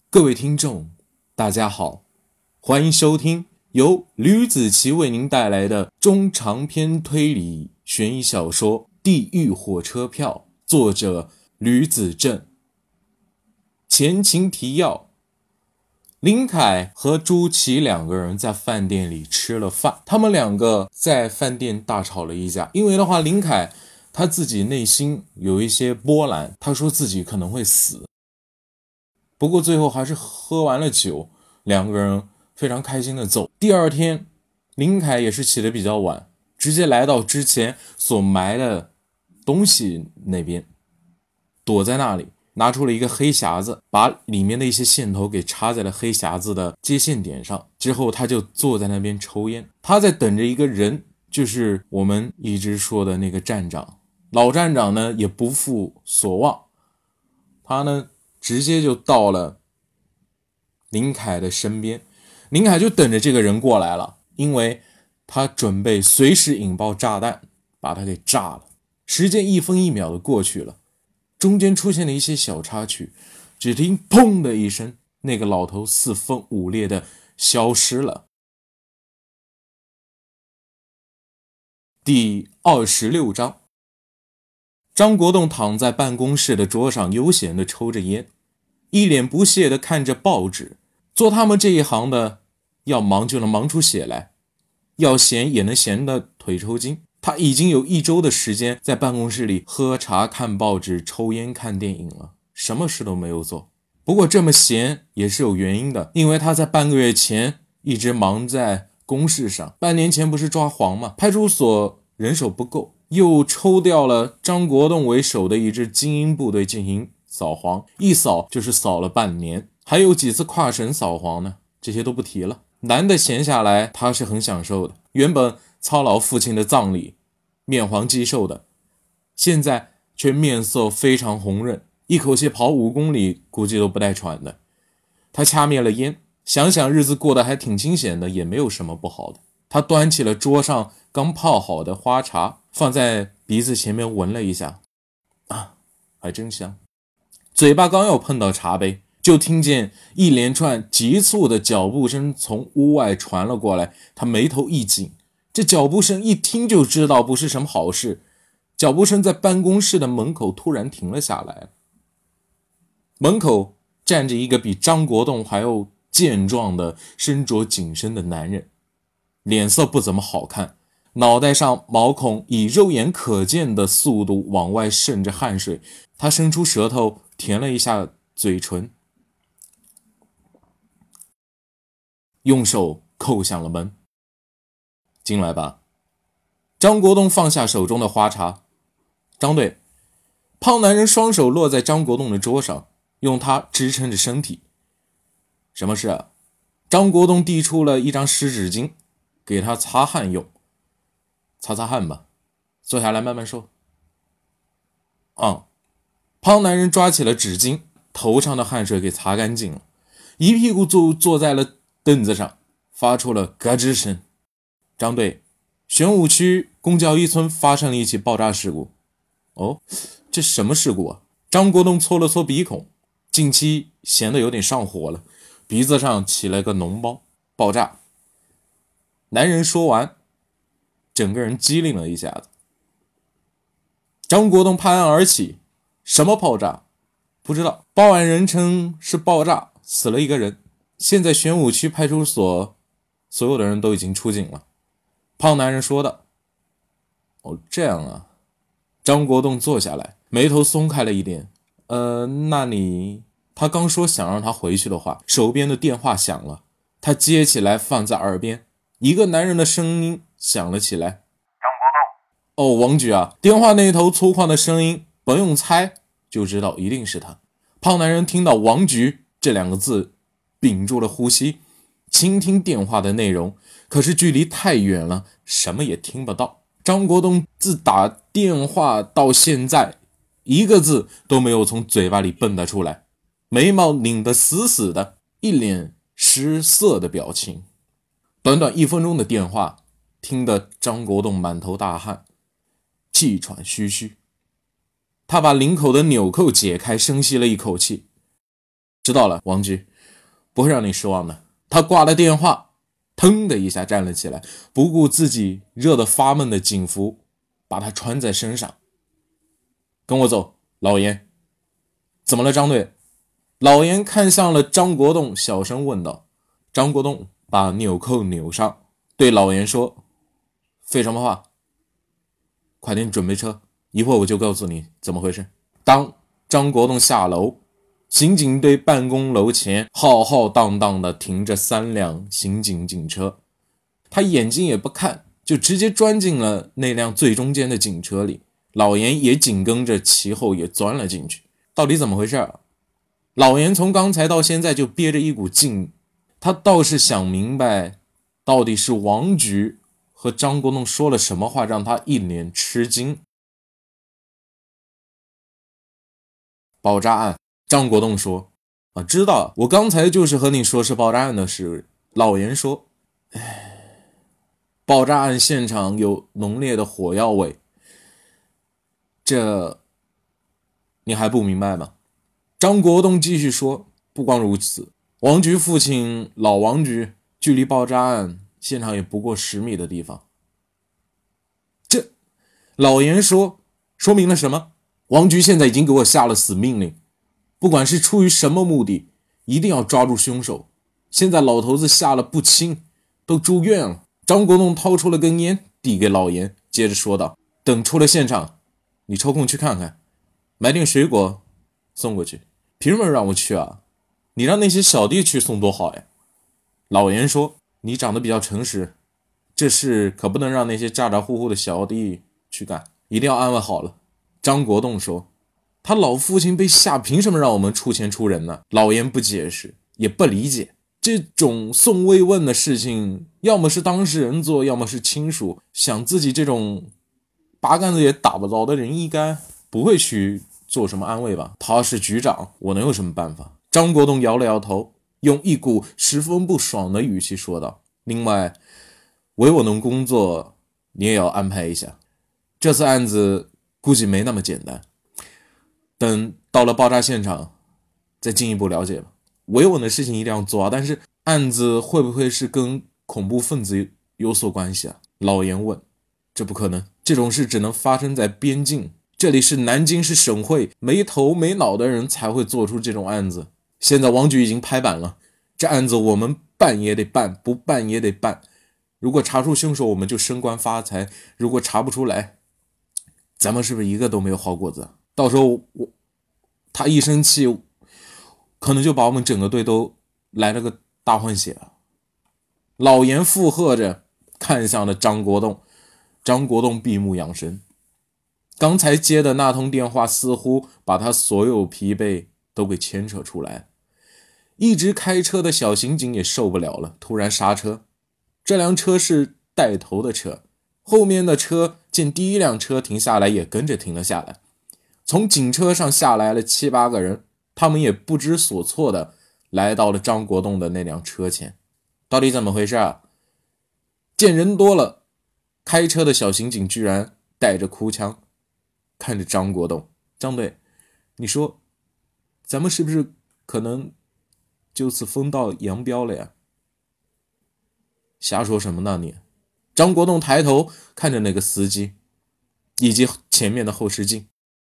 各位听众，大家好，欢迎收听由吕子奇为您带来的中长篇推理悬疑小说《地狱火车票》，作者吕子正。前情提要：林凯和朱琪两个人在饭店里吃了饭，他们两个在饭店大吵了一架。因为的话，林凯他自己内心有一些波澜，他说自己可能会死。不过最后还是喝完了酒，两个人非常开心的走。第二天，林凯也是起得比较晚，直接来到之前所埋的东西那边，躲在那里，拿出了一个黑匣子，把里面的一些线头给插在了黑匣子的接线点上。之后他就坐在那边抽烟，他在等着一个人，就是我们一直说的那个站长。老站长呢也不负所望，他呢直接就到了林凯的身边，林凯就等着这个人过来了，因为他准备随时引爆炸弹，把他给炸了。时间一分一秒的过去了，中间出现了一些小插曲，只听砰的一声，那个老头四分五裂的消失了。第26章，张国栋躺在办公室的桌上悠闲地抽着烟，一脸不屑地看着报纸。做他们这一行的，要忙就能忙出血来，要闲也能闲得腿抽筋。他已经有1周的时间在办公室里喝茶、看报纸、抽烟、看电影了，什么事都没有做。不过这么闲也是有原因的，因为他在半个月前一直忙在公事上。半年前不是抓黄吗？派出所人手不够，又抽调了张国栋为首的一支精英部队进行扫黄，一扫就是扫了半年，还有几次跨省扫黄呢，这些都不提了。难得闲下来，他是很享受的。原本操劳父亲的葬礼，面黄肌瘦的，现在却面色非常红润，一口气跑5公里估计都不带喘的。他掐灭了烟，想想日子过得还挺清闲的，也没有什么不好的。他端起了桌上刚泡好的花茶，放在鼻子前面闻了一下，还真香。嘴巴刚要碰到茶杯，就听见一连串急促的脚步声从屋外传了过来。他眉头一紧，这脚步声一听就知道不是什么好事。脚步声在办公室的门口突然停了下来，门口站着一个比张国栋还要健壮的身着紧身的男人，脸色不怎么好看，脑袋上毛孔以肉眼可见的速度往外渗着汗水。他伸出舌头舔了一下嘴唇，用手扣响了门。进来吧。张国栋放下手中的花茶。张队。胖男人双手落在张国栋的桌上，用它支撑着身体。什么事啊？张国栋递出了一张湿纸巾给他擦汗用。擦擦汗吧，坐下来慢慢说。胖男人抓起了纸巾，头上的汗水给擦干净了，一屁股坐在了凳子上，发出了咯吱声。张队，玄武区公交一村发生了一起爆炸事故。这什么事故啊？张国栋搓了搓鼻孔，近期闲得有点上火了，鼻子上起了个脓包。爆炸。男人说完，整个人机灵了一下子。张国栋拍案而起，什么爆炸？不知道，报案人称是爆炸，死了一个人。现在玄武区派出所所有的人都已经出警了。胖男人说道。这样啊。张国栋坐下来，眉头松开了一点。那你……他刚说想让他回去的话，手边的电话响了，他接起来放在耳边，一个男人的声音响了起来。 张国栋。王局啊！电话那头粗犷的声音，不用猜就知道一定是他。胖男人听到王局这2个字，屏住了呼吸，倾听电话的内容，可是距离太远了，什么也听不到。张国栋自打电话到现在，一个字都没有从嘴巴里蹦得出来，眉毛拧得死死的，一脸失色的表情。短短1分钟的电话，听得张国栋满头大汗，气喘吁吁。他把领口的纽扣解开，深吸了一口气。知道了，王局， 不会让你失望的。他挂了电话，腾的一下站了起来，不顾自己热得发闷的警服，把他穿在身上。跟我走，老严。怎么了，张队？老严看向了张国栋，小声问道。张国栋把纽扣扭上，对老严说：废什么话？快点准备车，一会儿我就告诉你怎么回事。当张国栋下楼，刑警队办公楼前浩浩荡荡地停着3辆刑警警车，他眼睛也不看，就直接钻进了那辆最中间的警车里。老严也紧跟着其后也钻了进去。到底怎么回事啊？老严从刚才到现在就憋着一股劲，他倒是想明白，到底是王局和张国栋说了什么话让他一脸吃惊。爆炸案，张国栋说：知道，我刚才就是和你说是爆炸案的事。老严说：爆炸案现场有浓烈的火药味，这你还不明白吗？张国栋继续说：不光如此，王局父亲老王局距离爆炸案现场也不过10米的地方。这老严说明了什么？王局现在已经给我下了死命令，不管是出于什么目的，一定要抓住凶手。现在老头子下了不轻，都住院了。张国栋掏出了根烟递给老严，接着说道：等出了现场，你抽空去看看，买点水果送过去。凭什么让我去啊？你让那些小弟去送多好呀。老严说：你长得比较诚实，这事可不能让那些咋咋呼呼的小弟去干，一定要安排好了。张国栋说：他老父亲被吓，凭什么让我们出钱出人呢？老严不解释，也不理解，这种送慰问的事情，要么是当事人做，要么是亲属。想自己这种八竿子也打不着的人，应该不会去做什么安慰吧？他是局长，我能有什么办法？张国栋摇了摇头，用一股十分不爽的语气说道：另外，维我能工作你也要安排一下，这次案子估计没那么简单，等到了爆炸现场再进一步了解吧。维稳的事情一定要做啊，但是案子会不会是跟恐怖分子有所关系啊？老严问。这不可能，这种事只能发生在边境，这里是南京市省会，没头没脑的人才会做出这种案子。现在王局已经拍板了，这案子我们办也得办，不办也得办。如果查出凶手，我们就升官发财；如果查不出来，咱们是不是一个都没有好果子？到时候他一生气，可能就把我们整个队都来了个大换血啊！老严附和着看向了张国栋，张国栋闭目养神。刚才接的那通电话似乎把他所有疲惫都给牵扯出来。一直开车的小刑警也受不了了，突然刹车。这辆车是带头的车，后面的车见第一辆车停下来，也跟着停了下来。从警车上下来了7、8个人，他们也不知所措的来到了张国栋的那辆车前。到底怎么回事啊？见人多了，开车的小刑警居然带着哭腔看着张国栋：张队，你说咱们是不是可能就此分道扬镳了呀？瞎说什么呢你？张国栋抬头看着那个司机以及前面的后视镜，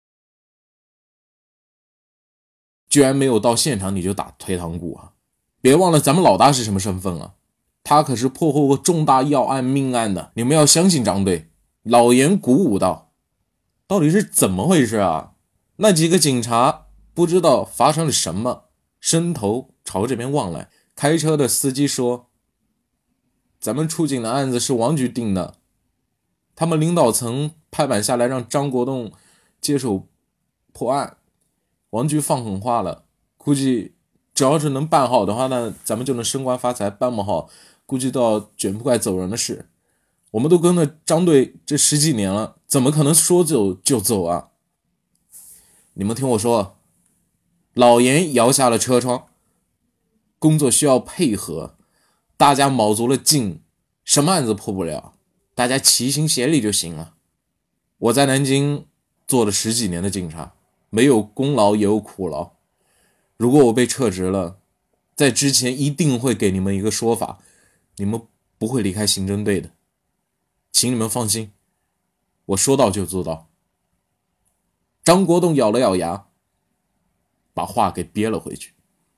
居然没有到现场你就打退堂鼓啊！别忘了咱们老大是什么身份啊，他可是破获过重大要案命案的，你们要相信张队。老严鼓舞道：到底是怎么回事啊？那几个警察不知道发生了什么，伸头朝这边望来。开车的司机说：咱们出警的案子是王局定的，他们领导层拍板下来让张国栋接手破案，王局放狠话了，估计只要是能办好的话，那咱们就能升官发财，办不好估计都要卷铺盖走人的事。我们都跟了张队这10几年了，怎么可能说走就走啊？你们听我说。老严摇下了车窗，工作需要配合，大家卯足了劲，什么案子破不了，大家齐心协力就行了。我在南京做了10几年的警察，没有功劳也有苦劳，如果我被撤职了， 在之前一定会给你们一个说法，你们不会离开刑侦队的，请你们放心，我说到就做到。张国栋咬了咬牙，把话给憋了回去。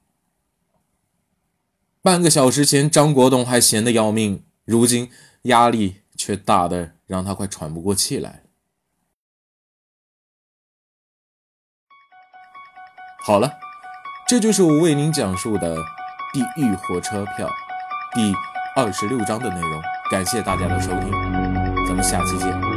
半个小时前，张国栋还闲得要命，如今压力却大得让他快喘不过气来了。好了，这就是我为您讲述的《地狱火车票》第26章的内容，感谢大家的收听，咱们下期见。